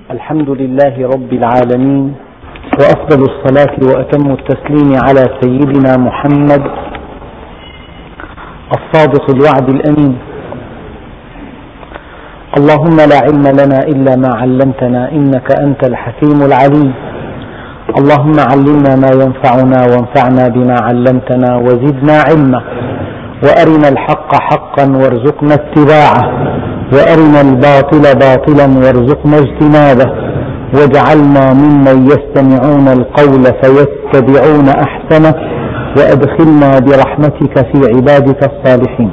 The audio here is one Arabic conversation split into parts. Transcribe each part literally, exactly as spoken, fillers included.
الحمد لله رب العالمين، وأفضل الصلاة وأتم التسليم على سيدنا محمد الصادق الوعد الأمين. اللهم لا علم لنا إلا ما علمتنا إنك أنت الحكيم العليم. اللهم علمنا ما ينفعنا وانفعنا بما علمتنا وزدنا علما، وأرنا الحق حقا وارزقنا اتباعه، وأرنا الباطل باطلا وارزقنا اجتنابه، واجعلنا ممن يستمعون القول فيتبعون أحسنه، وأدخلنا برحمتك في عبادك الصالحين.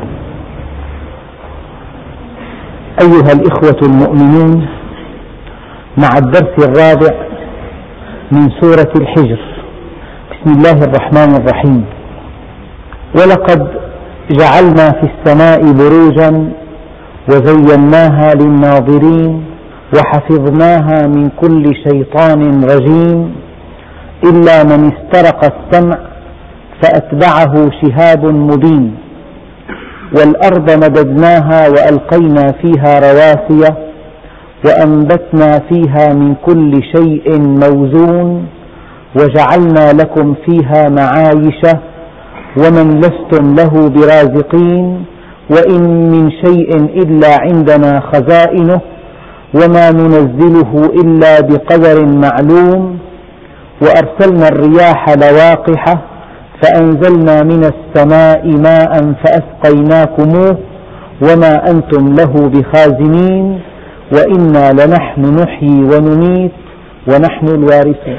أيها الإخوة المؤمنون، مع الدرس الرابع من سورة الحجر، بسم الله الرحمن الرحيم. ولقد جعلنا في السماء بروجا وزيناها للناظرين وحفظناها من كل شيطان رجيم إلا من استرق السمع فأتبعه شهاب مبين. والأرض مددناها وألقينا فيها رواسي وأنبتنا فيها من كل شيء موزون وجعلنا لكم فيها معايش ومن لستم له برازقين وإن من شيء إلا عندنا خزائنه وما ننزله إلا بقدر معلوم. وأرسلنا الرياح لواقح فأنزلنا من السماء ماء فأسقيناكموه وما أنتم له بخازنين وإنا لنحن نحيي ونميت ونحن الوارثون.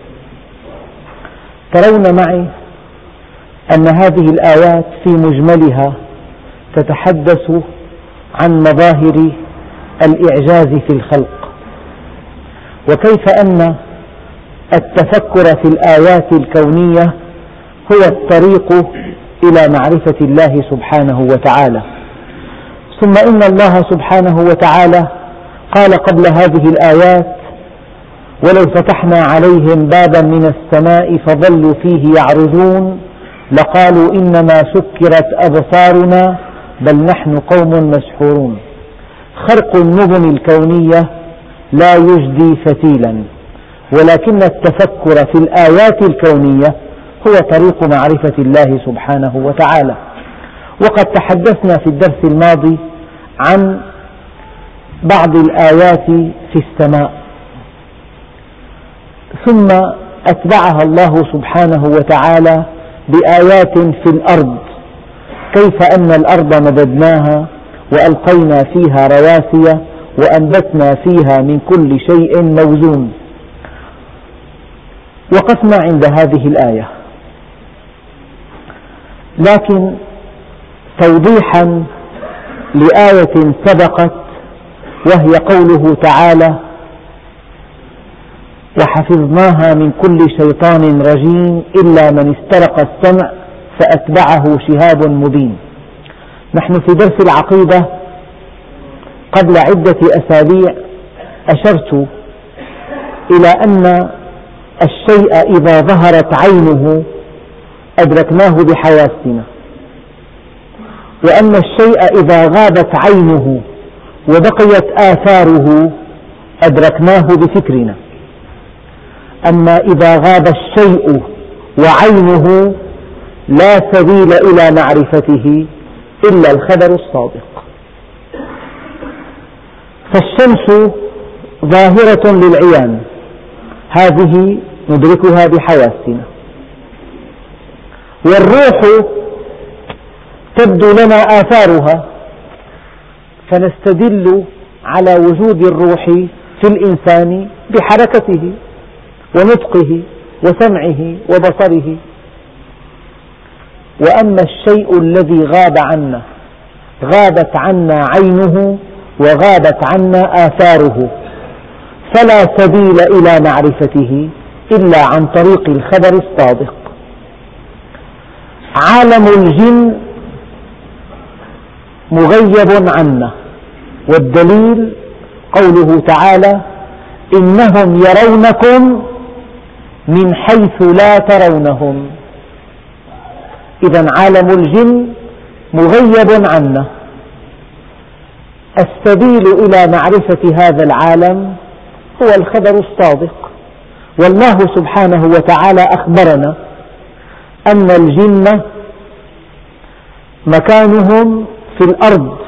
ترون معي أن هذه الآيات في مجملها تتحدث عن مظاهر الإعجاز في الخلق، وكيف أن التفكر في الآيات الكونية هو الطريق إلى معرفة الله سبحانه وتعالى. ثم إن الله سبحانه وتعالى قال قبل هذه الآيات: ولو فتحنا عليهم بابا من السماء فظلوا فيه يعرجون لقالوا إنما سكرت أبصارنا بل نحن قوم مسحورون. خرق النظم الكونية لا يجدي فتيلا، ولكن التفكر في الآيات الكونية هو طريق معرفة الله سبحانه وتعالى. وقد تحدثنا في الدرس الماضي عن بعض الآيات في السماء، ثم أتبعها الله سبحانه وتعالى بآيات في الأرض، كيف أن الأرض مددناها وألقينا فيها رواسي وأنبتنا فيها من كل شيء موزون. وقفنا عند هذه الآية، لكن توضيحا لآية سبقت، وهي قوله تعالى: وحفظناها من كل شيطان رجيم إلا من استرق السمع فأتبعه شهاب مبين. نحن في درس العقيدة قبل عدة أسابيع أشرت إلى أن الشيء إذا ظهرت عينه أدركناه بحواسنا، وأن الشيء إذا غابت عينه وبقيت آثاره أدركناه بفكرنا. أما إذا غاب الشيء وعينه لا سبيل إلى معرفته إلا الخبر الصادق. فالشمس ظاهرة للعيان، هذه ندركها بحواسنا، والروح تبدو لنا آثارها فنستدل على وجود الروح في الإنسان بحركته ونطقه وسمعه وبصره. وأما الشيء الذي غاب عنا، غابت عنا عينه وغابت عنا آثاره، فلا سبيل إلى معرفته إلا عن طريق الخبر الصادق. عالم الجن مغيب عنا، والدليل قوله تعالى: إنهم يرونكم من حيث لا ترونهم. إذن عالم الجن مغيب عنا. السبيل إلى معرفة هذا العالم هو الخبر الصادق. والله سبحانه وتعالى أخبرنا أن الجن مكانهم في الأرض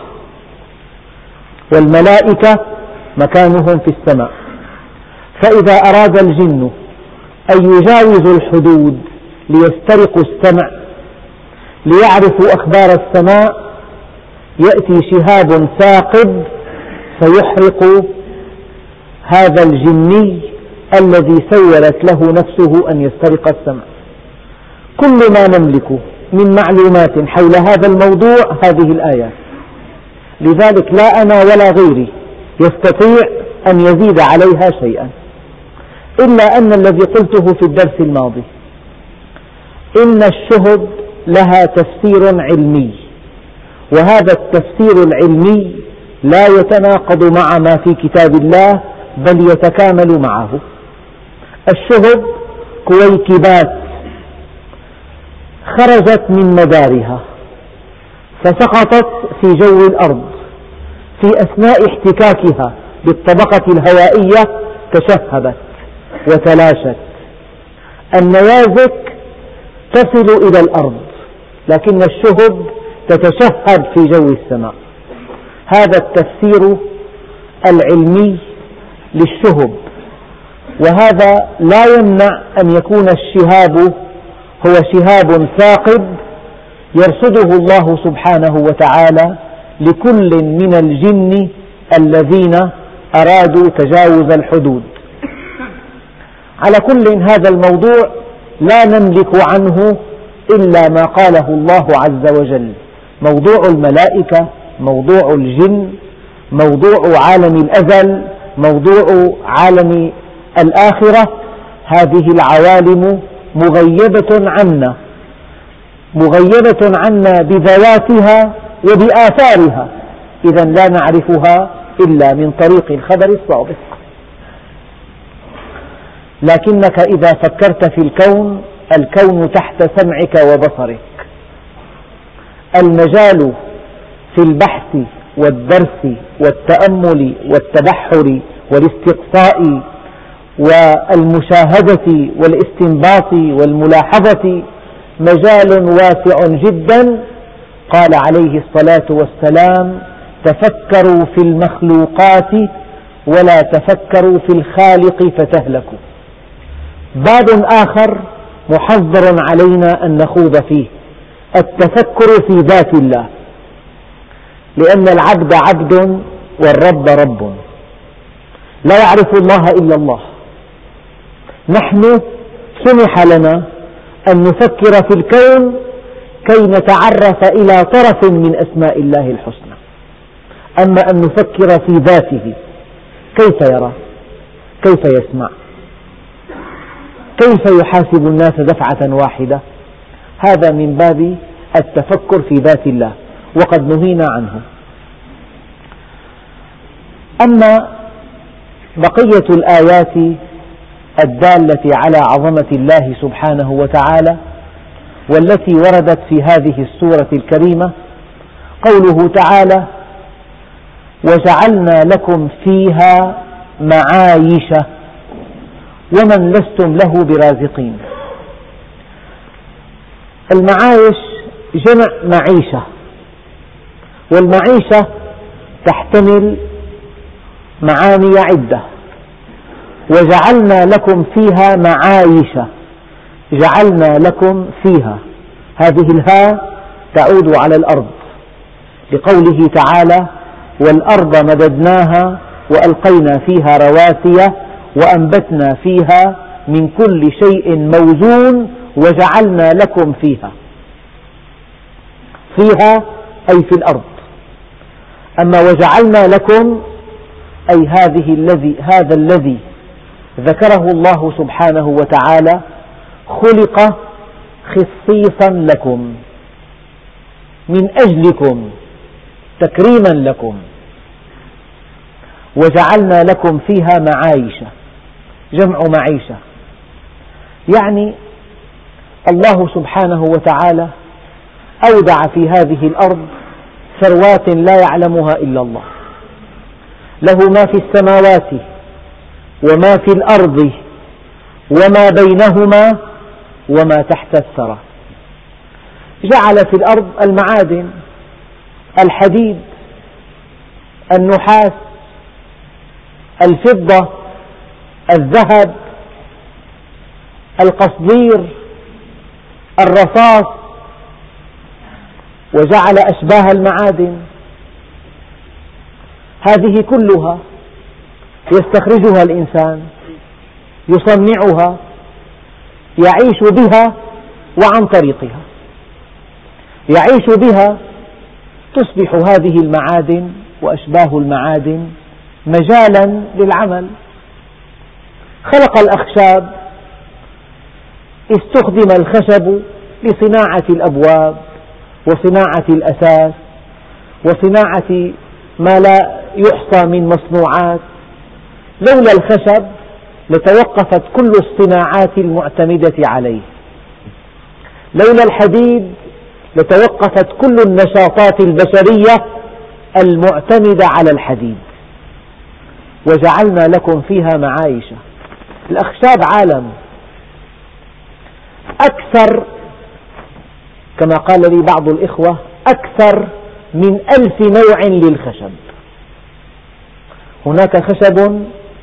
والملائكة مكانهم في السماء، فإذا أراد الجن أن يجاوزوا الحدود ليسترقوا السمع ليعرفوا أخبار السماء يأتي شهاب ثاقب فيحرق هذا الجني الذي سولت له نفسه أن يسترق السمع. كل ما نملك من معلومات حول هذا الموضوع هذه الآيات، لذلك لا أنا ولا غيري يستطيع أن يزيد عليها شيئا، إلا أن الذي قلته في الدرس الماضي إن الشهب لها تفسير علمي، وهذا التفسير العلمي لا يتناقض مع ما في كتاب الله بل يتكامل معه. الشهب كويكبات خرجت من مدارها فسقطت في جو الأرض، في أثناء احتكاكها بالطبقة الهوائية تشهبت وتلاشت. النيازك تصل إلى الأرض لكن الشهب تتشهب في جو السماء. هذا التفسير العلمي للشهب، وهذا لا يمنع أن يكون الشهاب هو شهاب ثاقب يرصده الله سبحانه وتعالى لكل من الجن الذين أرادوا تجاوز الحدود. على كل هذا الموضوع لا نملك عنه إلا ما قاله الله عز وجل. موضوع الملائكة، موضوع الجن، موضوع عالم الأزل، موضوع عالم الآخرة، هذه العوالم مغيبة عنا، مغيبة عنا بذواتها وبآثارها، إذا لا نعرفها إلا من طريق الخبر الصادق. لكنك إذا فكرت في الكون، الكون تحت سمعك وبصرك. المجال في البحث والدرس والتأمل والتبحر والاستقصاء والمشاهدة والاستنباط والملاحظة مجال واسع جدا. قال عليه الصلاة والسلام: تفكروا في المخلوقات ولا تفكروا في الخالق فتهلكوا. باب آخر محظر علينا أن نخوض فيه، التفكر في ذات الله، لأن العبد عبد والرب رب، لا يعرف الله إلا الله. نحن سمح لنا أن نفكر في الكون كي نتعرف إلى طرف من أسماء الله الحسنى، أما أن نفكر في ذاته، كيف يرى؟ كيف يسمع؟ كيف يحاسب الناس دفعة واحدة؟ هذا من باب التفكر في ذات الله، وقد نهينا عنه. أما بقية الآيات الدالة على عظمة الله سبحانه وتعالى والتي وردت في هذه السورة الكريمة، قوله تعالى: وجعلنا لكم فيها معايش ومن لستم له برازقين. المعايش جمع معيشة، والمعيشة تحتمل معاني عدة. وجعلنا لكم فيها معايش، جعلنا لكم فيها، هذه الهاء تعود على الأرض، لقوله تعالى: والأرض مددناها وألقينا فيها رواسي وأنبتنا فيها من كل شيء موزون وجعلنا لكم فيها. فيها أي في الأرض. أما وجعلنا لكم أي هذه الذي هذا الذي ذكره الله سبحانه وتعالى خلق خصيصا لكم، من أجلكم، تكريما لكم. وجعلنا لكم فيها معايش، جمع معيشة، يعني الله سبحانه وتعالى أودع في هذه الأرض ثروات لا يعلمها إلا الله. له ما في السماوات وما في الأرض وما بينهما وما تحت الثرى. جعل في الأرض المعادن، الحديد، النحاس، الفضة، الذهب، القصدير، الرصاص، وجعل أشباه المعادن. هذه كلها يستخرجها الإنسان، يصنعها، يعيش بها وعن طريقها. يعيش بها، تصبح هذه المعادن وأشباه المعادن مجالا للعمل. خلق الأخشاب، استخدم الخشب لصناعة الأبواب وصناعة الأثاث وصناعة ما لا يحصى من مصنوعات. لولا الخشب لتوقفت كل الصناعات المعتمدة عليه. لولا الحديد لتوقفت كل النشاطات البشرية المعتمدة على الحديد. وجعلنا لكم فيها معايش. الأخشاب عالم أكثر، كما قال لي بعض الإخوة، أكثر من ألف نوع للخشب. هناك خشب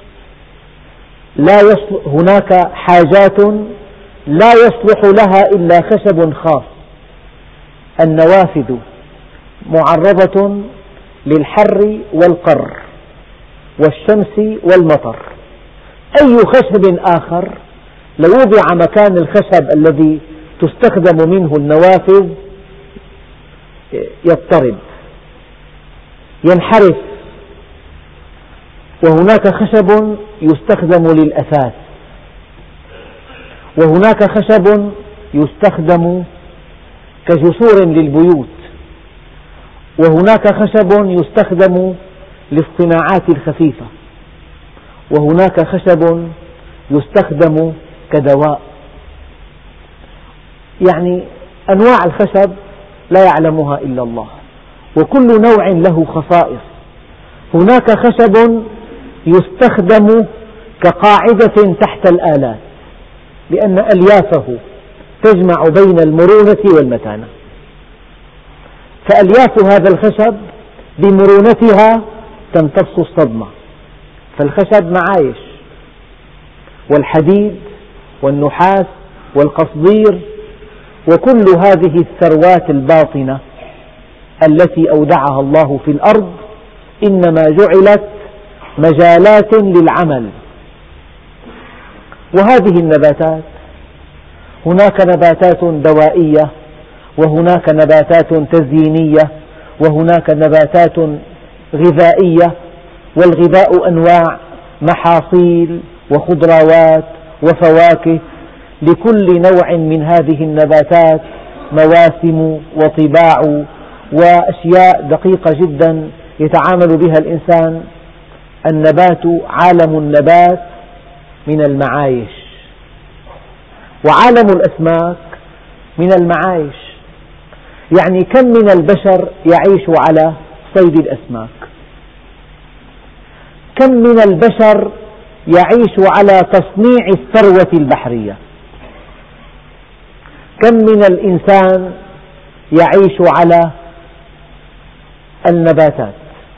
لا يصلح، هناك حاجات لا يصلح لها إلا خشب خاص. النوافذ معرضة للحر والقر والشمس والمطر. أي خشب آخر لو وضع مكان الخشب الذي تستخدم منه النوافذ يضطرب، ينحرف. وهناك خشب يستخدم للأثاث، وهناك خشب يستخدم كجسور للبيوت، وهناك خشب يستخدم للصناعات الخفيفة، وهناك خشب يستخدم كدواء. يعني أنواع الخشب لا يعلمها إلا الله، وكل نوع له خصائص. هناك خشب يستخدم كقاعدة تحت الآلات، لأن أليافه تجمع بين المرونة والمتانة، فألياف هذا الخشب بمرونتها تمتص الصدمة. فالخشب معايش، والحديد والنحاس والقصدير وكل هذه الثروات الباطنة التي أودعها الله في الأرض إنما جعلت مجالات للعمل. وهذه النباتات، هناك نباتات دوائية، وهناك نباتات تزيينية، وهناك نباتات غذائية. والغذاء أنواع، محاصيل وخضروات وفواكه. لكل نوع من هذه النباتات مواسم وطباع وأشياء دقيقة جدا يتعامل بها الإنسان. النبات، عالم النبات من المعايش، وعالم الأسماك من المعايش. يعني كم من البشر يعيش على صيد الأسماك، كم من البشر يعيش على تصنيع الثروة البحرية، كم من الإنسان يعيش على النباتات،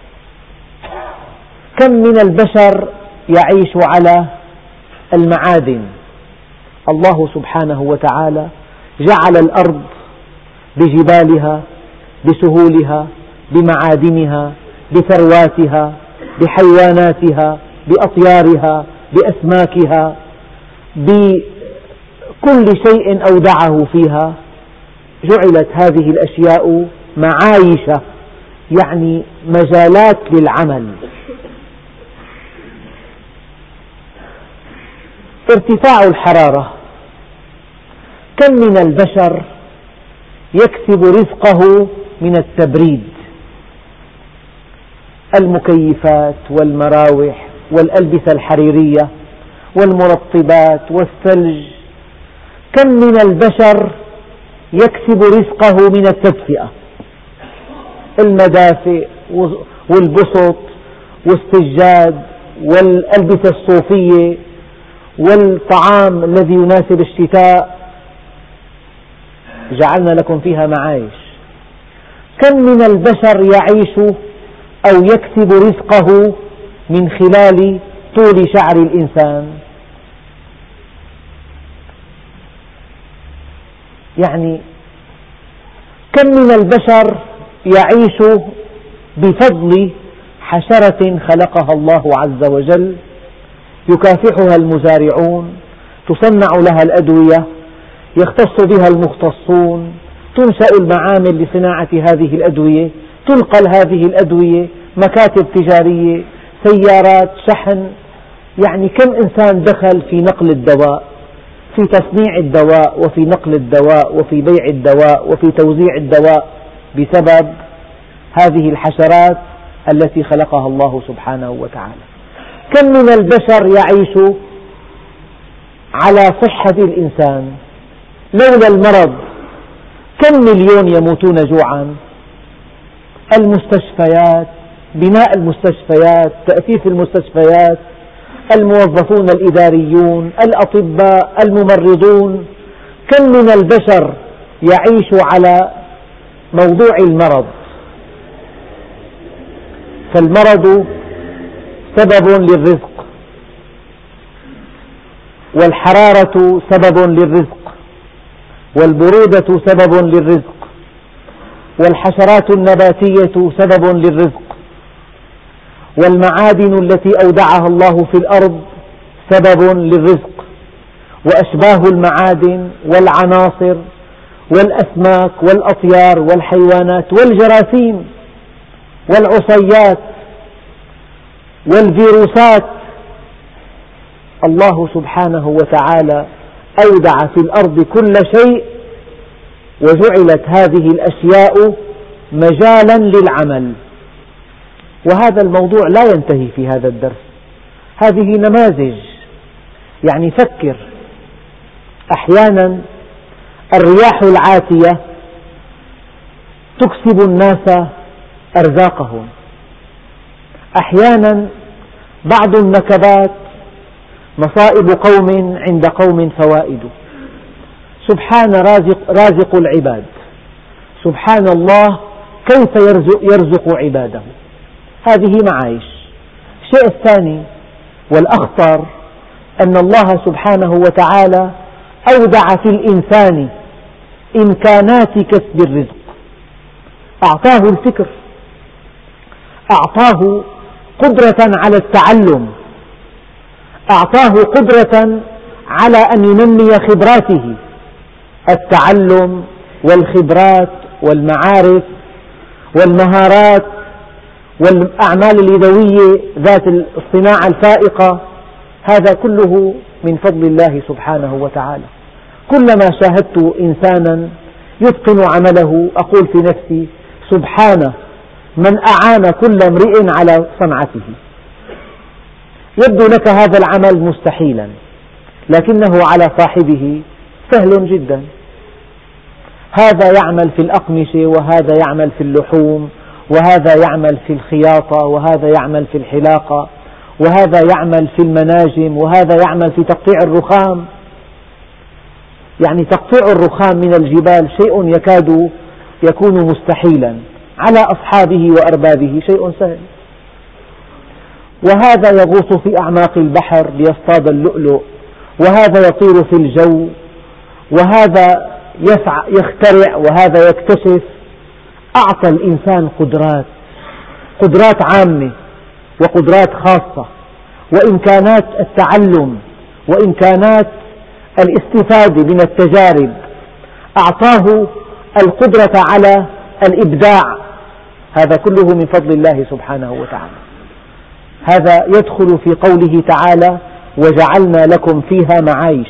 كم من البشر يعيش على المعادن. الله سبحانه وتعالى جعل الأرض بجبالها، بسهولها، بمعادنها، بثرواتها، بحيواناتها، بأطيارها، بأسماكها، بكل شيء أودعه فيها. جعلت هذه الأشياء معايش، يعني مجالات للعمل. ارتفاع الحرارة، كم من البشر يكسب رزقه من التبريد، المكيفات والمراوح والألبسة الحريرية والمرطبات والثلج. كم من البشر يكسب رزقه من التدفئة، المدافئ والبسط والسجاد والألبسة الصوفية والطعام الذي يناسب الشتاء، جعلنا لكم فيها معايش. كم من البشر يعيش أو يكسب رزقه من خلال طول شعر الإنسان؟ يعني كم من البشر يعيش بفضل حشرة خلقها الله عز وجل يكافحها المزارعون، تصنع لها الأدوية، يختص بها المختصون، تنشأ المعامل لصناعة هذه الأدوية، تنقل هذه الأدوية، مكاتب تجارية، سيارات شحن. يعني كم إنسان دخل في نقل الدواء، في تصنيع الدواء وفي نقل الدواء وفي بيع الدواء وفي توزيع الدواء بسبب هذه الحشرات التي خلقها الله سبحانه وتعالى. كم من البشر يعيش على صحة الإنسان، لولا المرض كم مليون يموتون جوعا. المستشفيات، بناء المستشفيات، تأسيس المستشفيات، الموظفون الإداريون، الأطباء، الممرضون، كم من البشر يعيش على موضوع المرض. فالمرض سبب للرزق، والحرارة سبب للرزق، والبرودة سبب للرزق، والحشرات النباتية سبب للرزق، والمعادن التي أودعها الله في الأرض سبب للرزق، وأشباه المعادن والعناصر والأسماك والأطيار والحيوانات والجراثيم والعصيات والفيروسات. الله سبحانه وتعالى أودع في الأرض كل شيء، وجعلت هذه الأشياء مجالا للعمل. وهذا الموضوع لا ينتهي في هذا الدرس، هذه نماذج. يعني فكر، أحيانا الرياح العاتية تكسب الناس أرزاقهم، أحيانا بعض النكبات مصائب قوم عند قوم فوائد. سبحان رازق, رازق العباد، سبحان الله كيف يرزق, يرزق عباده. هذه معايش. الشيء الثاني والأخطر أن الله سبحانه وتعالى أودع في الإنسان إمكانات كسب الرزق، أعطاه الفكر، أعطاه قدرة على التعلم، أعطاه قدرة على أن ينمي خبراته. التعلم والخبرات والمعارف والمهارات والأعمال اليدوية ذات الصناعة الفائقة، هذا كله من فضل الله سبحانه وتعالى. كلما شاهدت إنسانا يتقن عمله أقول في نفسي سبحانه من أعان كل امرئ على صنعته. يبدو لك هذا العمل مستحيلا، لكنه على صاحبه سهل جدا. هذا يعمل في الأقمشة، وهذا يعمل في اللحوم، وهذا يعمل في الخياطة، وهذا يعمل في الحلاقة، وهذا يعمل في المناجم، وهذا يعمل في تقطيع الرخام. يعني تقطيع الرخام من الجبال شيء يكاد يكون مستحيلا، على أصحابه وأربابه شيء سهل. وهذا يغوص في أعماق البحر ليصطاد اللؤلؤ، وهذا يطير في الجو، وهذا يخترع، وهذا يكتشف. أعطى الإنسان قدرات، قدرات عامة وقدرات خاصة، وإمكانات التعلم وإمكانات الاستفادة من التجارب. أعطاه القدرة على الإبداع، هذا كله من فضل الله سبحانه وتعالى. هذا يدخل في قوله تعالى وجعلنا لكم فيها معايش.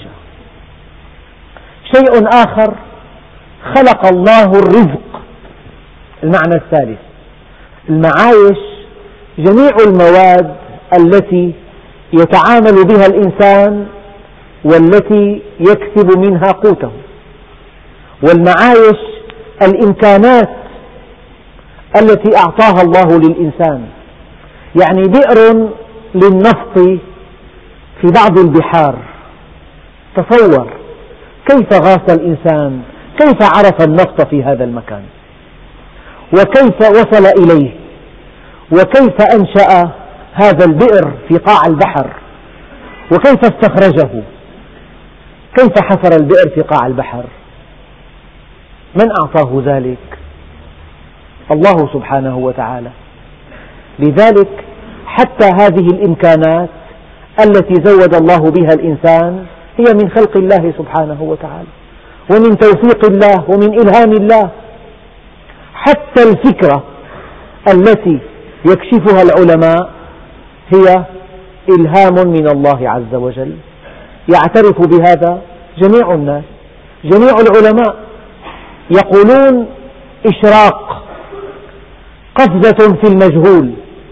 شيء آخر، خلق الله الرزق. المعنى الثالث، المعايش جميع المواد التي يتعامل بها الإنسان والتي يكسب منها قوته. والمعايش الإمكانات التي أعطاها الله للإنسان. يعني بئر للنفط في بعض البحار. تصور كيف غاص الإنسان، كيف عرف النفط في هذا المكان، وكيف وصل إليه، وكيف أنشأ هذا البئر في قاع البحر، وكيف استخرجه، كيف حفر البئر في قاع البحر؟ من أعطاه ذلك؟ الله سبحانه وتعالى. لذلك حتى هذه الإمكانات التي زود الله بها الإنسان هي من خلق الله سبحانه وتعالى، ومن توفيق الله، ومن إلهام الله. حتى الفكرة التي يكشفها العلماء هي إلهام من الله عز وجل، يعترف بهذا جميع الناس. جميع العلماء يقولون إشراق، قفزة في المجهول،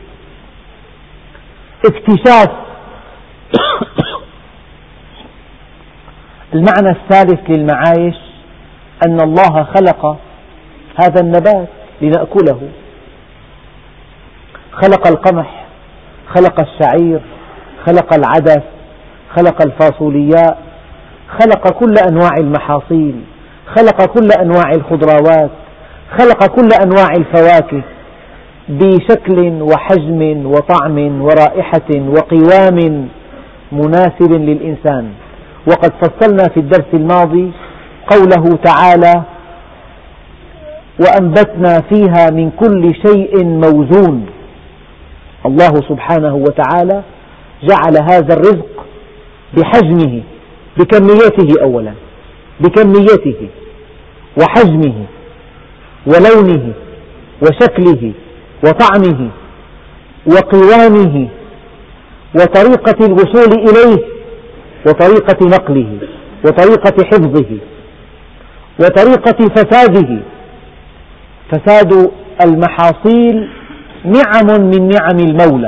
اكتشاف. المعنى الثالث للمعايش أن الله خلق هذا النبات لنأكله، خلق القمح، خلق الشعير، خلق العدس، خلق الفاصولياء، خلق كل أنواع المحاصيل، خلق كل أنواع الخضروات، خلق كل أنواع الفواكه بشكل وحجم وطعم ورائحة وقوام مناسب للإنسان. وقد فصلنا في الدرس الماضي قوله تعالى: وأنبتنا فيها من كل شيء موزون. الله سبحانه وتعالى جعل هذا الرزق بحجمه، بكميته، أولا بكميته وحجمه ولونه وشكله وطعمه وقوامه وطريقة الوصول إليه وطريقة نقله وطريقة حفظه وطريقة فساده. فساد المحاصيل نعم من نعم المولى.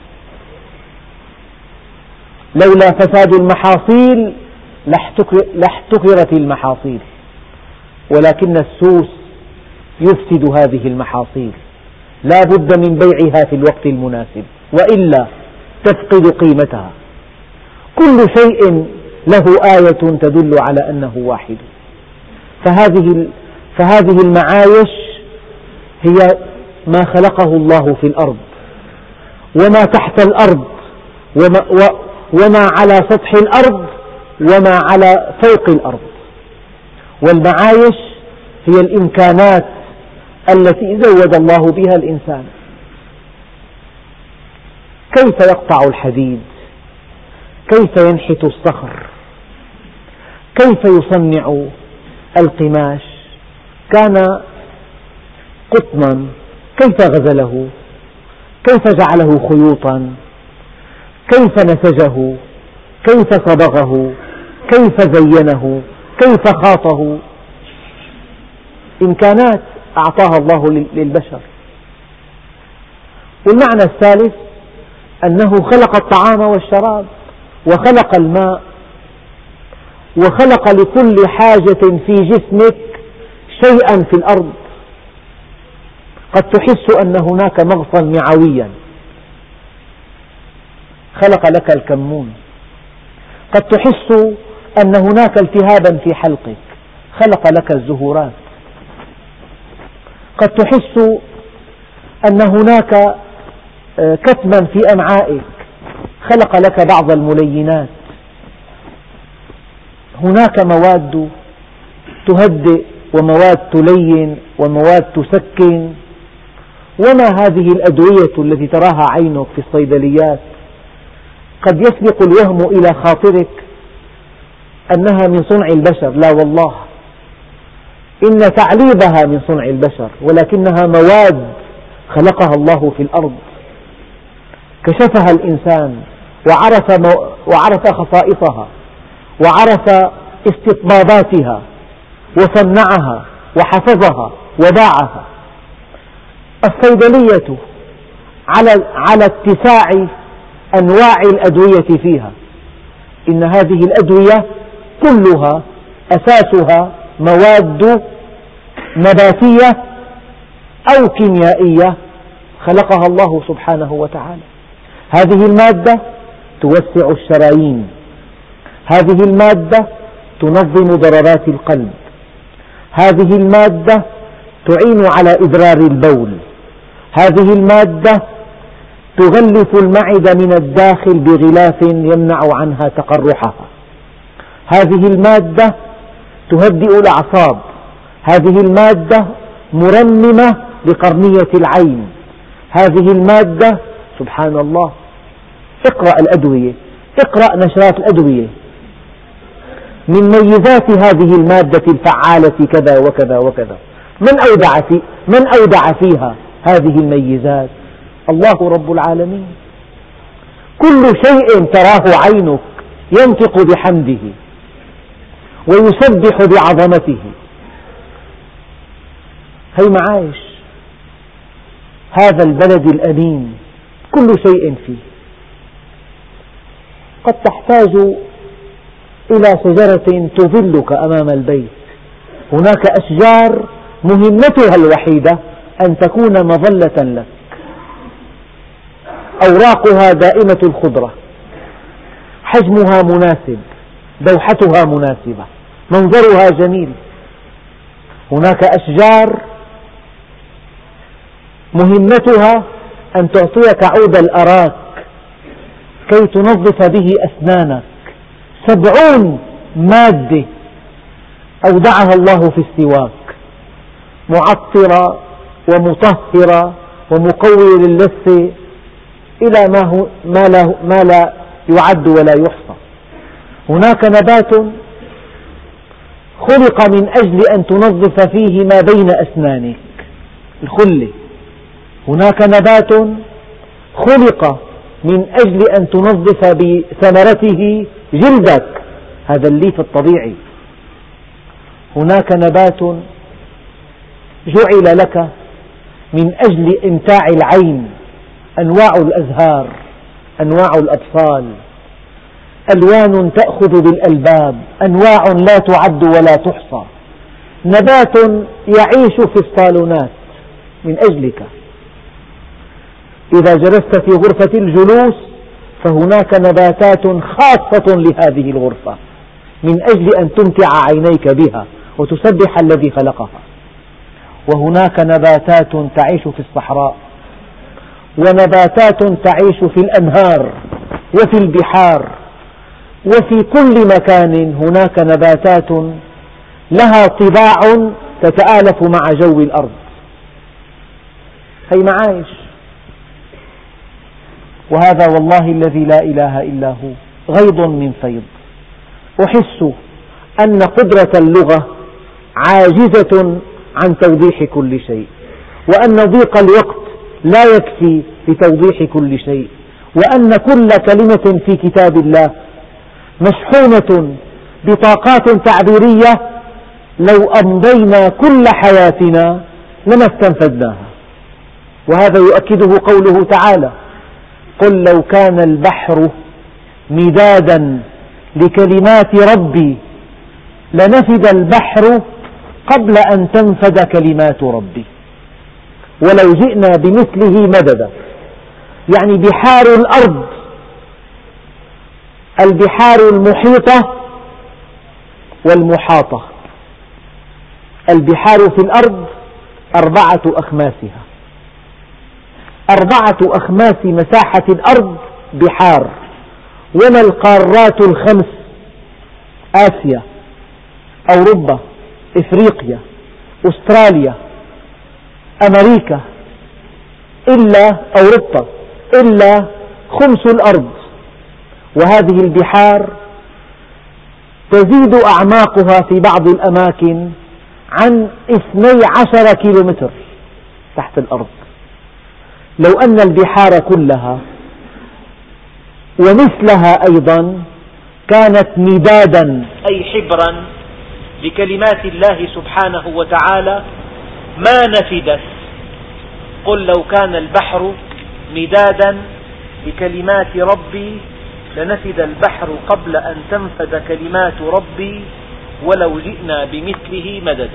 لولا فساد المحاصيل لاحتكرت المحاصيل، ولكن السوس يفسد هذه المحاصيل، لا بد من بيعها في الوقت المناسب، وإلا تفقد قيمتها. كل شيء له آية تدل على أنه واحد. فهذه فهذه المعايش هي ما خلقه الله في الأرض، وما تحت الأرض، وما, وما على سطح الأرض، وما على فوق الأرض. والمعايش هي الإمكانات التي زود الله بها الإنسان. كيف يقطع الحديد؟ كيف ينحت الصخر؟ كيف يصنع القماش؟ كان قطنا، كيف غزله؟ كيف جعله خيوطا؟ كيف نسجه؟ كيف صبغه؟ كيف زينه؟ كيف خاطه؟ إمكانات أعطاها الله للبشر. والمعنى الثالث أنه خلق الطعام والشراب، وخلق الماء، وخلق لكل حاجة في جسمك شيئا في الأرض. قد تحس أن هناك مغصا معويا، خلق لك الكمون. قد تحس أن هناك التهابا في حلقك، خلق لك الزهورات. قد تحس أن هناك كتما في أمعائك، خلق لك بعض الملينات. هناك مواد تهدئ، ومواد تلين، ومواد تسكن. وما هذه الأدوية التي تراها عينك في الصيدليات؟ قد يسبق الوهم إلى خاطرك أنها من صنع البشر. لا والله، إن تعليبها من صنع البشر، ولكنها مواد خلقها الله في الأرض، كشفها الإنسان وعرف, مو... وعرف خصائصها، وعرف استطباباتها، وصنعها وحفظها وباعها. الصيدلية على, على اتساع أنواع الأدوية فيها. إن هذه الأدوية كلها أساسها مواد نباتية أو كيميائية خلقها الله سبحانه وتعالى. هذه المادة توسع الشرايين، هذه المادة تنظم ضربات القلب، هذه المادة تعين على إدرار البول، هذه المادة تغلف المعدة من الداخل بغلاف يمنع عنها تقرحها، هذه المادة تهدئ الأعصاب، هذه المادة مرممة لقرنية العين، هذه المادة سبحان الله. اقرأ الأدوية، اقرأ نشرات الأدوية، من ميزات هذه المادة الفعالة كذا وكذا وكذا. من أودع, في من أودع فيها هذه الميزات؟ الله رب العالمين. كل شيء تراه عينك ينطق بحمده ويسبح بعظمته. هي معايش هذا البلد الأمين كل شيء فيه. قد تحتاج إلى شجرة تظلك أمام البيت، هناك أشجار مهمتها الوحيدة أن تكون مظلة لك، أوراقها دائمة الخضرة، حجمها مناسب، دوحتها مناسبة، منظرها جميل. هناك أشجار مهمتها أن تعطيك عود الأراك كي تنظف به أسنانك. سبعون مادة أودعها الله في السواك، معطرة ومطهرة ومقوية للثة إلى ما, هو ما, لا ما لا يعد ولا يحصى. هناك نبات خلق من أجل أن تنظف فيه ما بين أسنانك، الخلة. هناك نبات خلق من أجل أن تنظف بثمرته جلدك، هذا الليف الطبيعي. هناك نبات جعل لك من أجل إمتاع العين، أنواع الأزهار، أنواع الأبصال، ألوان تأخذ بالألباب، أنواع لا تعد ولا تحصى. نبات يعيش في الصالونات من أجلك. إذا جلست في غرفة الجلوس فهناك نباتات خاصة لهذه الغرفة من أجل أن تمتع عينيك بها وتسبح الذي خلقها. وهناك نباتات تعيش في الصحراء، ونباتات تعيش في الأنهار وفي البحار وفي كل مكان. هناك نباتات لها طباع تتآلف مع جو الأرض. هي معايش. وهذا والله الذي لا إله إلا هو غيض من فيض. أحس أن قدرة اللغة عاجزة عن توضيح كل شيء، وأن ضيق الوقت لا يكفي لتوضيح كل شيء، وأن كل كلمة في كتاب الله مشحونة بطاقات تعبيرية لو أمضينا كل حياتنا لما استنفذناها. وهذا يؤكده قوله تعالى: قل لو كان البحر مدادا لكلمات ربي لنفد البحر قبل أن تنفد كلمات ربي ولو جئنا بمثله مددا. يعني بحار الأرض، البحار المحيطة والمحاطة. البحار في الأرض أربعة أخماسها، أربعة أخماس مساحة الأرض بحار. وما القارات الخمس: آسيا، أوروبا، إفريقيا، أستراليا، أمريكا، إلا أوروبا، إلا خمس الأرض. وهذه البحار تزيد أعماقها في بعض الأماكن عن اثني عشر كيلومتر تحت الأرض. لو أن البحار كلها ومثلها أيضا كانت مدادا أي حبرا لكلمات الله سبحانه وتعالى ما نفدت. قل لو كان البحر مدادا لكلمات ربي لنفد البحر قبل أن تنفد كلمات ربي ولو جئنا بمثله مددا.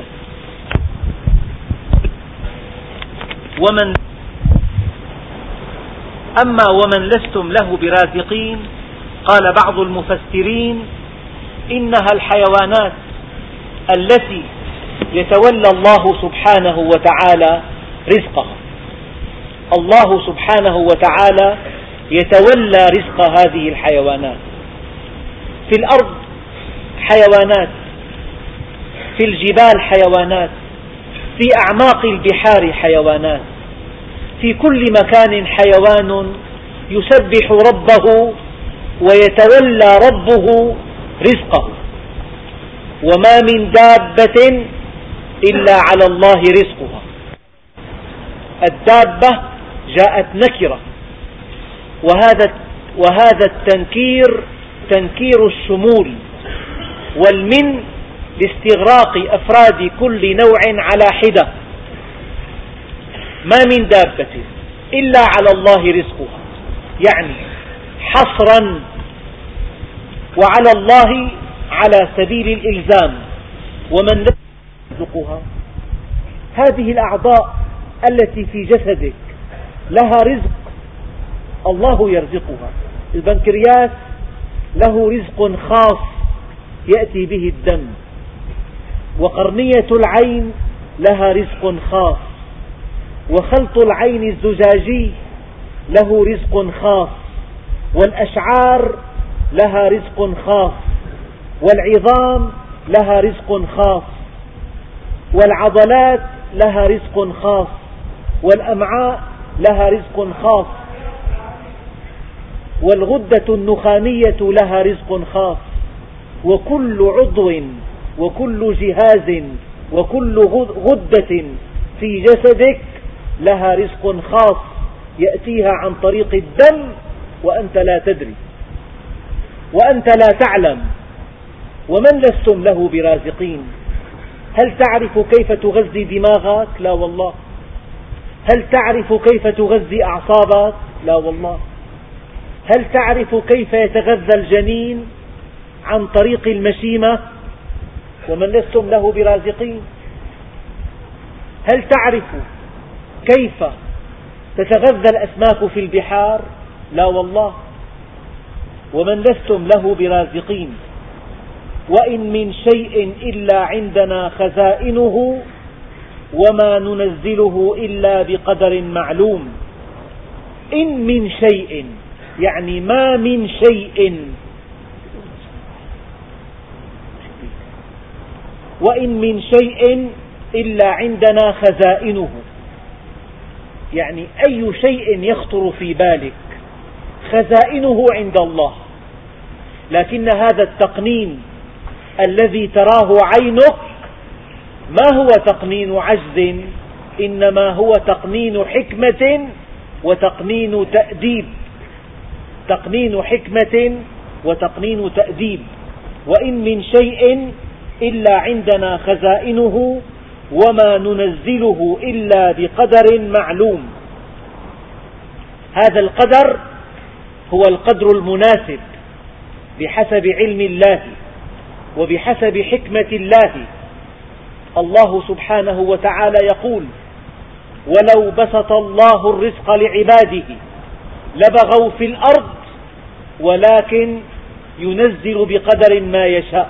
ومن أما ومن لستم له برازقين، قال بعض المفسرين إنها الحيوانات التي يتولى الله سبحانه وتعالى رزقها. الله سبحانه وتعالى يتولى رزق هذه الحيوانات. في الأرض حيوانات، في الجبال حيوانات، في أعماق البحار حيوانات، في كل مكان حيوان يسبح ربه ويتولى ربه رزقه. وما من دابة إلا على الله رزقها. الدابة جاءت نكرة، وهذا وهذا التنكير تنكير الشمول، والمن لاستغراق أفراد كل نوع على حدة. ما من دابة إلا على الله رزقها، يعني حصرا، وعلى الله على سبيل الإلزام. ومن لا يرزقها، هذه الأعضاء التي في جسدك لها رزق، الله يرزقها. البنكرياس له رزق خاص يأتي به الدم، وقرنية العين لها رزق خاص، وخلط العين الزجاجي له رزق خاص، والأشعار لها رزق خاص، والعظام لها رزق خاص، والعضلات لها رزق خاص، والأمعاء لها رزق خاص، والغدة النخامية لها رزق خاص. وكل عضو وكل جهاز وكل غدة في جسدك لها رزق خاص يأتيها عن طريق الدم، وأنت لا تدري، وأنت لا تعلم. ومن لستم له برازقين. هل تعرف كيف تغذي دماغك؟ لا والله. هل تعرف كيف تغذي أعصابك؟ لا والله. هل تعرف كيف يتغذى الجنين؟ عن طريق المشيمة. ومن لستم له برازقين. هل تعرف كيف تتغذى الأسماك في البحار؟ لا والله. ومن لستم له برازقين. وإن من شيء إلا عندنا خزائنه وما ننزله إلا بقدر معلوم. إن من شيء يعني ما من شيء. وإن من شيء إلا عندنا خزائنه، يعني أي شيء يخطر في بالك خزائنه عند الله. لكن هذا التقنين الذي تراه عينك ما هو تقنين عجز، إنما هو تقنين حكمة وتقنين تأديب. تقنين حكمة وتقنين تأديب. وإن من شيء إلا عندنا خزائنه وما ننزله إلا بقدر معلوم. هذا القدر هو القدر المناسب بحسب علم الله وبحسب حكمة الله. الله سبحانه وتعالى يقول: ولو بسط الله الرزق لعباده لبغوا في الأرض ولكن ينزل بقدر ما يشاء،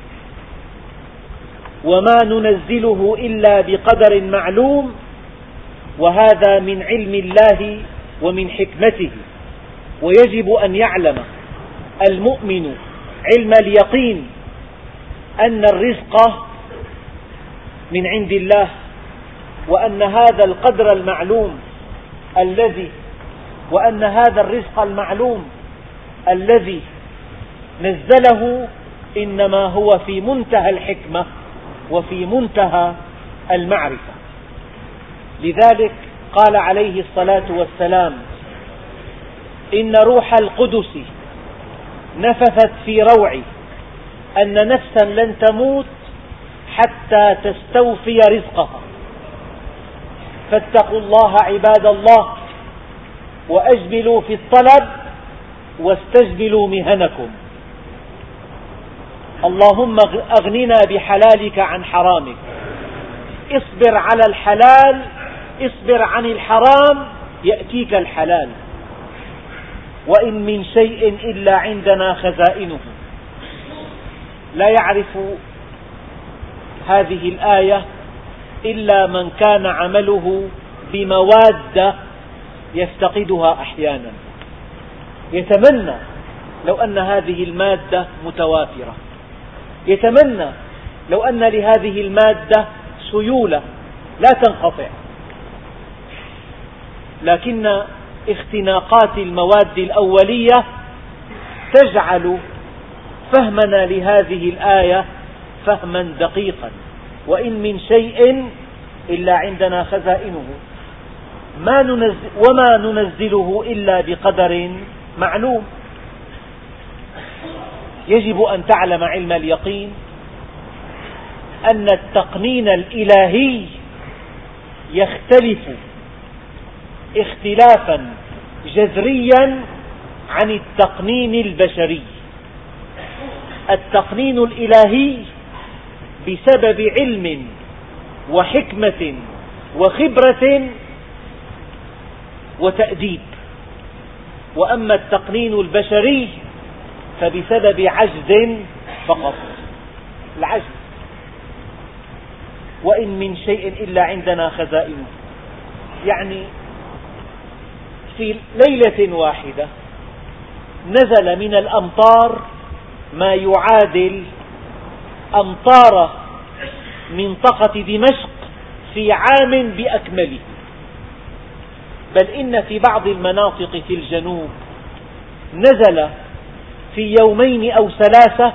وما ننزله إلا بقدر معلوم. وهذا من علم الله ومن حكمته. ويجب أن يعلم المؤمن علم اليقين أن الرزق من عند الله، وأن هذا القدر المعلوم الذي وأن هذا الرزق المعلوم الذي نزله إنما هو في منتهى الحكمة وفي منتهى المعرفة. لذلك قال عليه الصلاة والسلام: إن روح القدس نفثت في روعي أن نفسا لن تموت حتى تستوفي رزقها، فاتقوا الله عباد الله وأجملوا في الطلب واستجملوا مهنكم. اللهم أغننا بحلالك عن حرامك. اصبر على الحلال، اصبر عن الحرام يأتيك الحلال. وإن من شيء إلا عندنا خزائنه. لا يعرف هذه الآية إلا من كان عمله بمواد يفتقدها أحيانا، يتمنى لو أن هذه المادة متوافرة، يتمنى لو أن لهذه المادة سيولة لا تنقطع، لكن اختناقات المواد الأولية تجعل فهمنا لهذه الآية فهما دقيقا. وإن من شيء إلا عندنا خزائنه ما ننزل وما ننزله إلا بقدر معلوم. يجب أن تعلم علم اليقين أن التقنين الإلهي يختلف اختلافا جذريا عن التقنين البشري. التقنين الإلهي بسبب علم وحكمة وخبرة وتأديب، وأما التقنين البشري فبسبب عجز فقط، العجز. وإن من شيء إلا عندنا خزائنه، يعني في ليلة واحدة نزل من الأمطار ما يعادل أمطار منطقة دمشق في عام بأكمله، بل إن في بعض المناطق في الجنوب نزل في يومين أو ثلاثة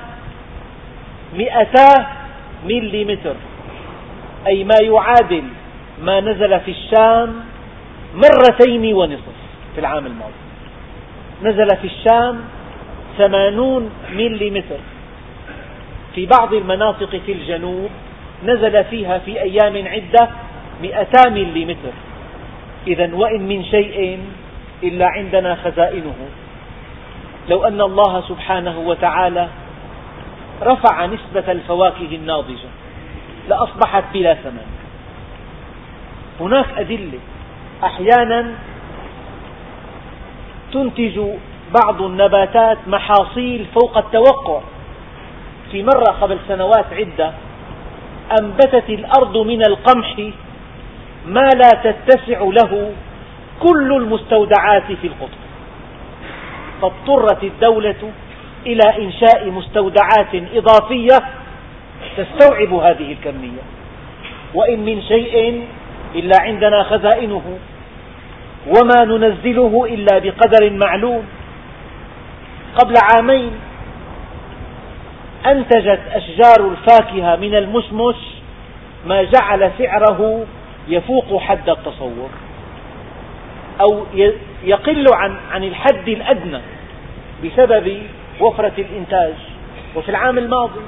مئتا مليمتر، أي ما يعادل ما نزل في الشام مرتين ونصف في العام الماضي. نزل في الشام ثمانون مليمتر، في بعض المناطق في الجنوب نزل فيها في أيام عدة مئتا مليمتر. إذن وإن من شيء إلا عندنا خزائنه. لو أن الله سبحانه وتعالى رفع نسبة الفواكه الناضجة لأصبحت بلا ثمن. هناك أدلة، أحيانا تنتج بعض النباتات محاصيل فوق التوقع. في مرة قبل سنوات عدة أنبتت الأرض من القمح ما لا تتسع له كل المستودعات في القطر، فاضطرت الدولة إلى إنشاء مستودعات إضافية تستوعب هذه الكمية. وإن من شيء إلا عندنا خزائنه وما ننزله إلا بقدر معلوم. قبل عامين أنتجت أشجار الفاكهة من المشمش ما جعل سعره يفوق حد التصور، أو يقل عن عن الحد الأدنى بسبب وفرة الإنتاج. وفي العام الماضي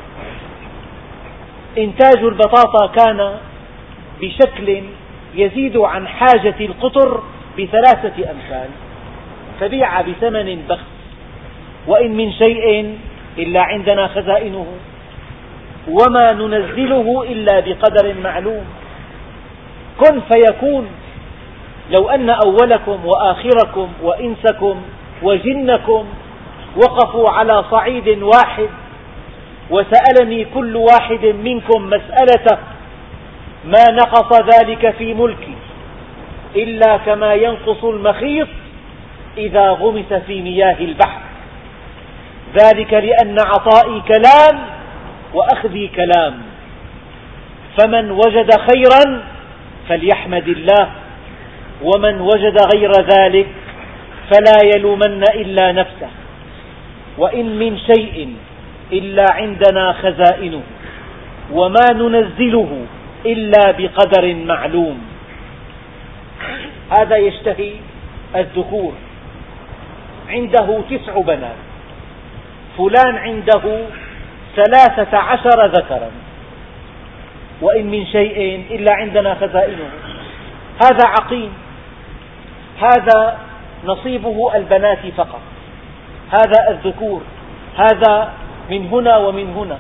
إنتاج البطاطا كان بشكل يزيد عن حاجة القطر بثلاثة أمثال، فبيع بثمن بخس. وإن من شيء إلا عندنا خزائنه وما ننزله إلا بقدر معلوم. كن فيكون. لو أن أولكم وآخركم وإنسكم وجنكم وقفوا على صعيد واحد وسألني كل واحد منكم مسألة ما نقص ذلك في ملكي إلا كما ينقص المخيط إذا غمس في مياه البحر، ذلك لأن عطائي كلام وأخذي كلام، فمن وجد خيرا فليحمد الله، ومن وجد غير ذلك فلا يلومن إلا نفسه. وإن من شيء إلا عندنا خزائنه وما ننزله إلا بقدر معلوم. هذا يشتهي الذكور، عنده تسع بنات، فلان عنده ثلاثة عشر ذكرا. وإن من شيء إلا عندنا خزائنه. هذا عقيم، هذا نصيبه البنات فقط، هذا الذكور، هذا من هنا ومن هنا.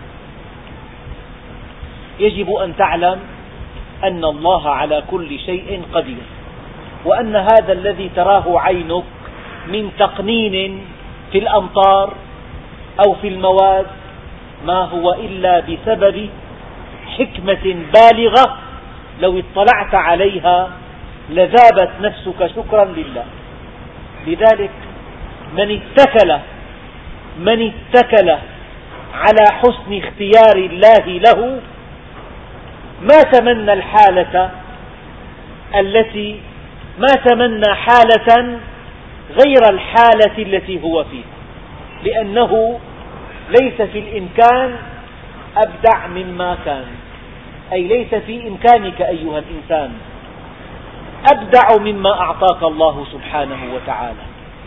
يجب أن تعلم أن الله على كل شيء قدير، وأن هذا الذي تراه عينك من تقنين في الأمطار أو في المواد ما هو إلا بسبب حكمة بالغة لو اطلعت عليها لذابت نفسك شكرا لله. لذلك من اتكل من اتكل على حسن اختيار الله له ما تمنى الحالة التي ما تمنى حالة غير الحالة التي هو فيها، لأنه ليس في الإمكان أبدع مما كان، أي ليس في إمكانك أيها الإنسان أبدع مما أعطاك الله سبحانه وتعالى.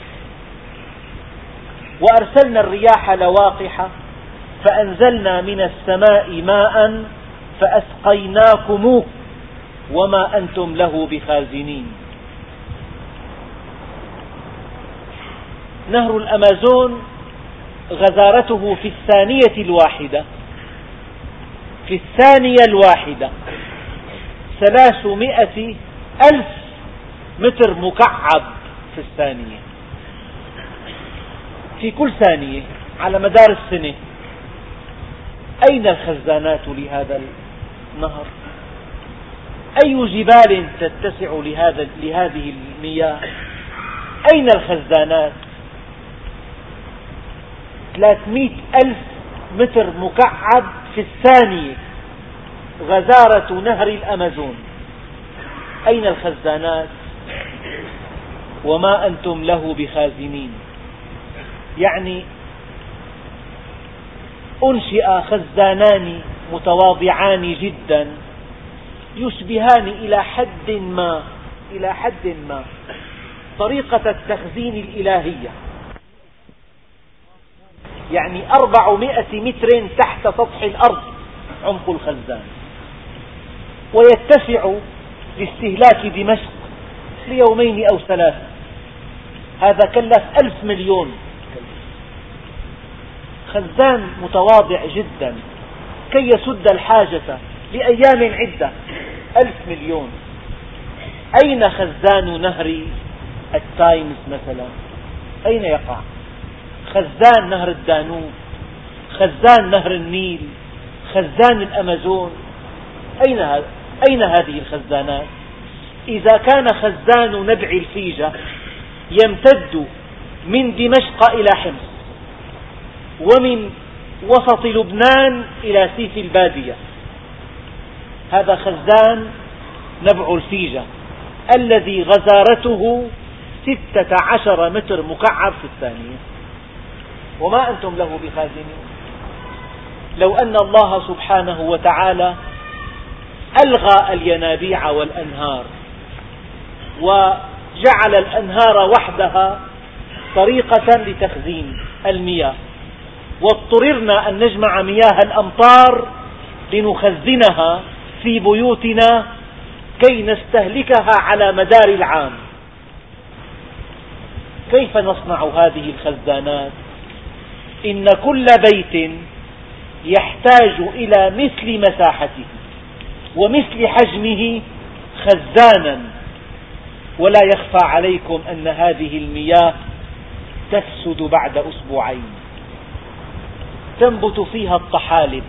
وأرسلنا الرياح لواقح فأنزلنا من السماء ماء فأسقيناكموه وما أنتم له بخازنين. نهر الأمازون غزارته في الثانية الواحدة في الثانية الواحدة ثلاثمائة ألف متر مكعب في الثانية، في كل ثانية على مدار السنة. أين الخزانات لهذا النهر؟ أي جبال تتسع لهذا لهذه المياه؟ أين الخزانات؟ ثلاثمائة ألف متر مكعب في الثانية غزارة نهر الأمازون، أين الخزانات؟ وما أنتم له بخازنين. يعني أنشئ خزانان متواضعان جدا يشبهان إلى حد ما إلى حد ما طريقة التخزين الإلهية، يعني أربعمائة متر تحت سطح الأرض عمق الخزان، ويتسع لاستهلاك دمشق ليومين أو ثلاثة. هذا كلف ألف مليون. خزان متواضع جدا كي يسد الحاجة لأيام عدة، ألف مليون. أين خزان نهر التايمز مثلا؟ أين يقع؟ خزان نهر الدانوب، خزان نهر النيل، خزان الأمازون، أين, أين هذه الخزانات؟ إذا كان خزان نبع الفيجة يمتد من دمشق إلى حمص، ومن وسط لبنان إلى سيف البادية، هذا خزان نبع الفيجة الذي غزارته ستة عشر متر مكعب في الثانية، وما أنتم له بخازنين. لو أن الله سبحانه وتعالى ألغى الينابيع والأنهار وجعل الأنهار وحدها طريقة لتخزين المياه، واضطررنا أن نجمع مياه الأمطار لنخزنها في بيوتنا كي نستهلكها على مدار العام، كيف نصنع هذه الخزانات؟ إن كل بيت يحتاج إلى مثل مساحته ومثل حجمه خزانا، ولا يخفى عليكم أن هذه المياه تفسد بعد أسبوعين، تنبت فيها الطحالب،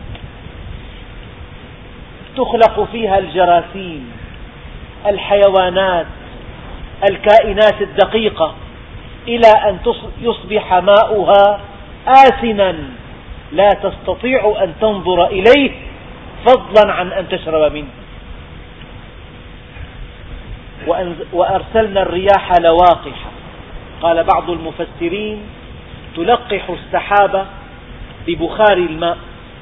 تخلق فيها الجراثيم، الحيوانات، الكائنات الدقيقة، إلى أن يصبح ماؤها آسنا لا تستطيع أن تنظر إليه فضلا عن أن تشرب منه. وأرسلنا الرياح لواقح، قال بعض المفسرين تلقح السحاب ببخار الماء،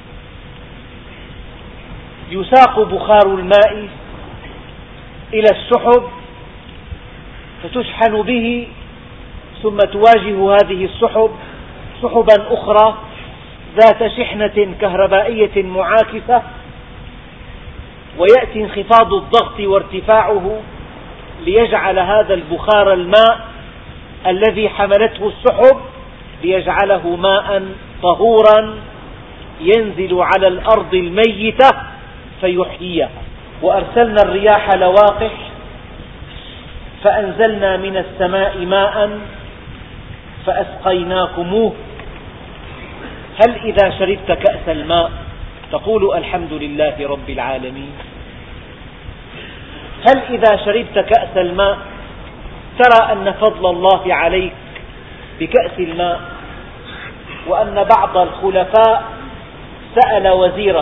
يساق بخار الماء إلى السحب فتشحن به، ثم تواجه هذه السحب سحبا أخرى ذات شحنة كهربائية معاكسة، ويأتي انخفاض الضغط وارتفاعه ليجعل هذا البخار الماء الذي حملته السحب ليجعله ماء طهورا ينزل على الأرض الميتة فيحييها. وأرسلنا الرياح لواقح فأنزلنا من السماء ماء فأسقيناكموه. هل إذا شربت كأس الماء تقول الحمد لله رب العالمين؟ هل إذا شربت كأس الماء ترى أن فضل الله عليك بكأس الماء، وأن بعض الخلفاء سأل وزيره،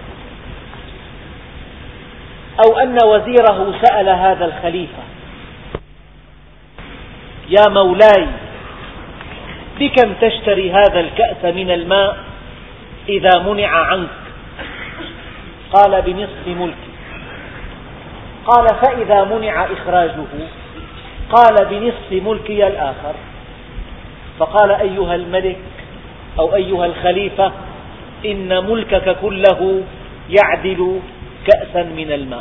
أو أن وزيره سأل هذا الخليفة: يا مولاي بكم تشتري هذا الكأس من الماء إذا منع عنك؟ قال: بنصف ملكي. قال: فإذا منع إخراجه؟ قال: بنصف ملكي الآخر. فقال: أيها الملك أو أيها الخليفة، إن ملكك كله يعدل كأسا من الماء.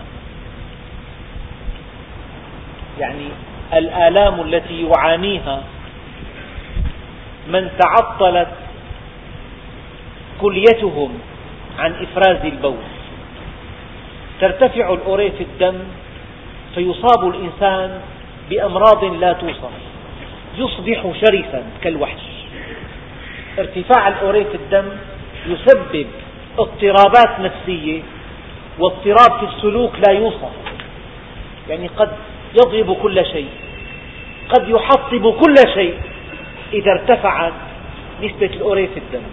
يعني الآلام التي يعانيها من تعطلت كليتهم عن إفراز البول، ترتفع الأوريه في الدم فيصاب الإنسان بأمراض لا توصف، يصبح شرسا كالوحش. ارتفاع الأوريه في الدم يسبب اضطرابات نفسية واضطراب في السلوك لا يوصف، يعني قد يضرب كل شيء، قد يحطب كل شيء إذا ارتفعت نسبة الأوريه في الدم.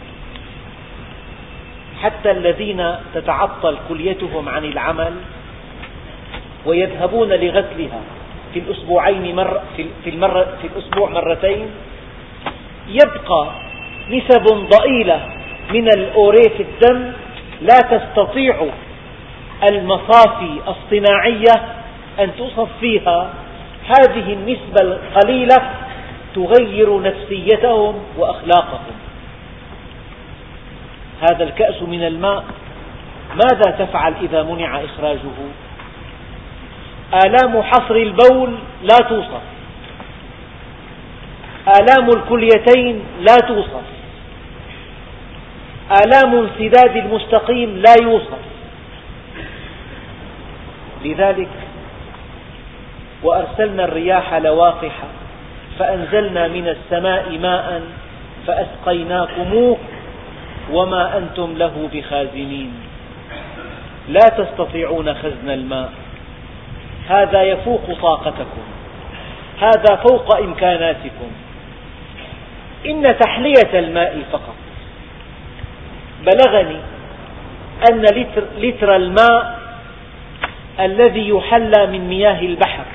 حتى الذين تتعطل كليتهم عن العمل ويذهبون لغسلها في الأسبوعين مرة في المرة في الأسبوع مرتين، يبقى نسب ضئيلة من الأوريه في الدم لا تستطيع المصافي الصناعية أن تصف فيها. هذه النسبة القليلة تغير نفسيتهم وأخلاقهم. هذا الكأس من الماء ماذا تفعل إذا منع إخراجه؟ آلام حصر البول لا توصف، آلام الكليتين لا توصف، آلام انسداد المستقيم لا يوصف. لذلك وأرسلنا الرياح لواقح فأنزلنا من السماء ماء فأسقيناكموه وما أنتم له بخازنين. لا تستطيعون خزن الماء، هذا يفوق طاقتكم، هذا فوق إمكاناتكم. إن تحلية الماء فقط. بلغني أن لتر, لتر الماء الذي يحلى من مياه البحر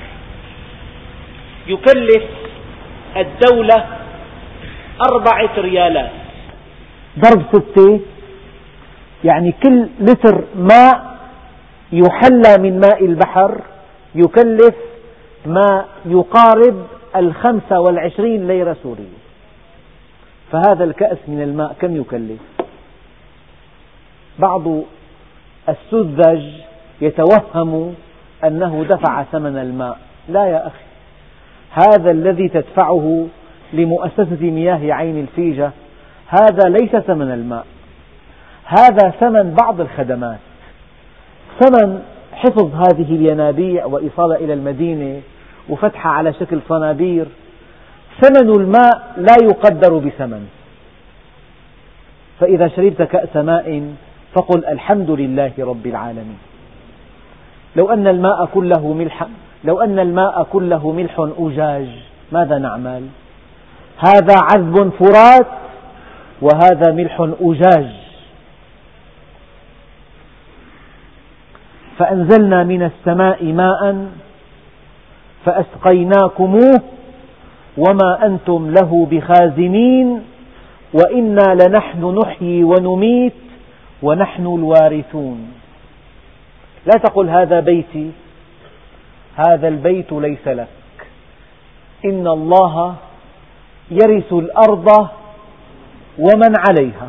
يكلف الدولة أربعة ريالات. ضرب ستة، يعني كل لتر ماء يحلى من ماء البحر يكلف ما يقارب الخمسة والعشرين ليرة سورية. فهذا الكأس من الماء كم يكلف؟ بعض السذج يتوهم أنه دفع ثمن الماء. لا يا أخي، هذا الذي تدفعه لمؤسسة مياه عين الفيجة هذا ليس ثمن الماء، هذا ثمن بعض الخدمات، ثمن حفظ هذه الينابيع وإيصالها إلى المدينة وفتحها على شكل صنابير. ثمن الماء لا يقدر بثمن. فإذا شربت كأس ماء فقل الحمد لله رب العالمين. لو أن الماء كله ملح لو أن الماء كله ملح أجاج ماذا نعمل؟ هذا عذب فرات وهذا ملح أجاج. فأنزلنا من السماء ماء فأسقيناكموه وما أنتم له بخازنين وإنا لنحن نحيي ونميت ونحن الوارثون. لا تقل هذا بيتي، هذا البيت ليس لك. إن الله يرث الأرض ومن عليها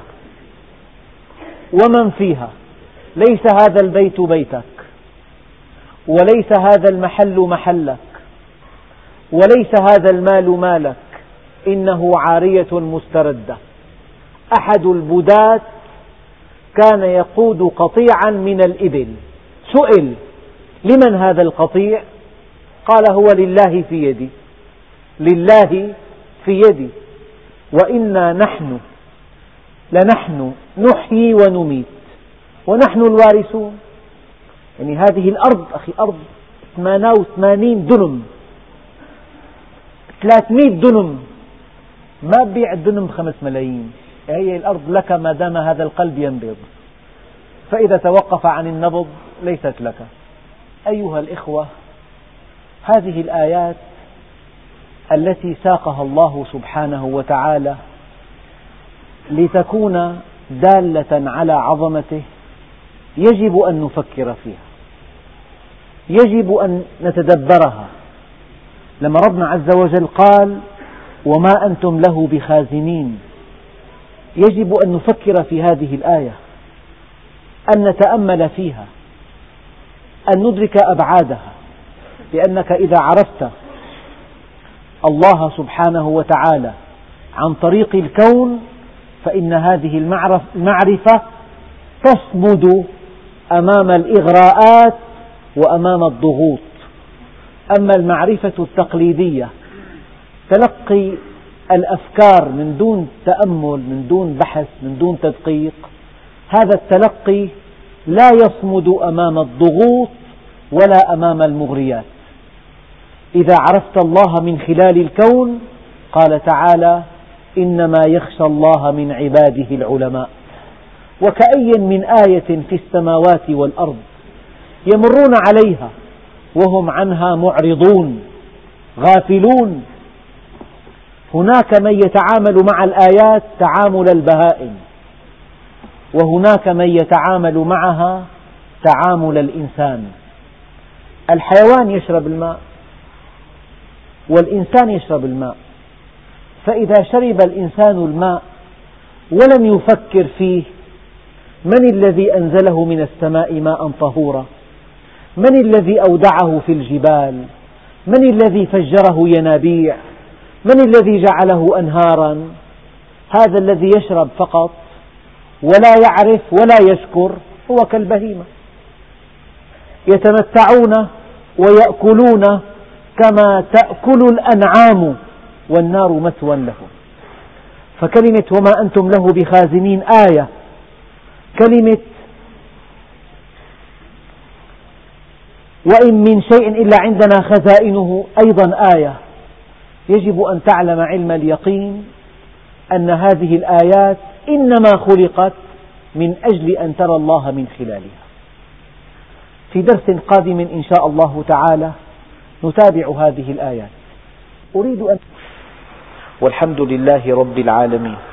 ومن فيها. ليس هذا البيت بيتك، وليس هذا المحل محلك، وليس هذا المال مالك، إنه عارية مستردة. أحد البداة كان يقود قطيعا من الإبل، سئل لمن هذا القطيع؟ قال هو لله في يدي. لله في يدي، وإنا نحن لنحن نحيي ونميت ونحن الوارثون. يعني هذه الأرض أخي أرض ثمانية وثمانين دنم، ثلاثمئة دنم، ما ببيع الدنم بخمس ملايين. هي الأرض لك ما دام هذا القلب ينبض، فإذا توقف عن النبض ليست لك. أيها الإخوة، هذه الآيات التي ساقها الله سبحانه وتعالى لتكون دالة على عظمته يجب أن نفكر فيها، يجب أن نتدبرها. لما ربنا عز وجل قال وما أنتم له بخازنين، يجب أن نفكر في هذه الآية، أن نتأمل فيها، أن ندرك أبعادها، لأنك إذا عرفت الله سبحانه وتعالى عن طريق الكون فإن هذه المعرفة تصمد أمام الإغراءات وأمام الضغوط. أما المعرفة التقليدية، تلقي الأفكار من دون تأمل، من دون بحث، من دون تدقيق، هذا التلقي لا يصمد أمام الضغوط ولا أمام المغريات. إذا عرفت الله من خلال الكون، قال تعالى إنما يخشى الله من عباده العلماء. وكأي من آية في السماوات والأرض يمرون عليها وهم عنها معرضون غافلون. هناك من يتعامل مع الآيات تعامل البهائم، وهناك من يتعامل معها تعامل الإنسان. الحيوان يشرب الماء والإنسان يشرب الماء، فإذا شرب الإنسان الماء ولم يفكر فيه من الذي أنزله من السماء ماء طهورا، من الذي أودعه في الجبال، من الذي فجره ينابيع، من الذي جعله أنهارا، هذا الذي يشرب فقط ولا يعرف ولا يشكر هو كالبهيمة، يتمتعون ويأكلون كما تأكل الأنعام والنار مثوى لهم. فكلمة وما أنتم له بخازنين آية، كلمة وإن من شيء إلا عندنا خزائنه أيضا آية. يجب أن تعلم علم اليقين أن هذه الآيات إنما خلقت من أجل أن ترى الله من خلالها. في درس قادم إن شاء الله تعالى نتابع هذه الآيات. أريد أن والحمد لله رب العالمين.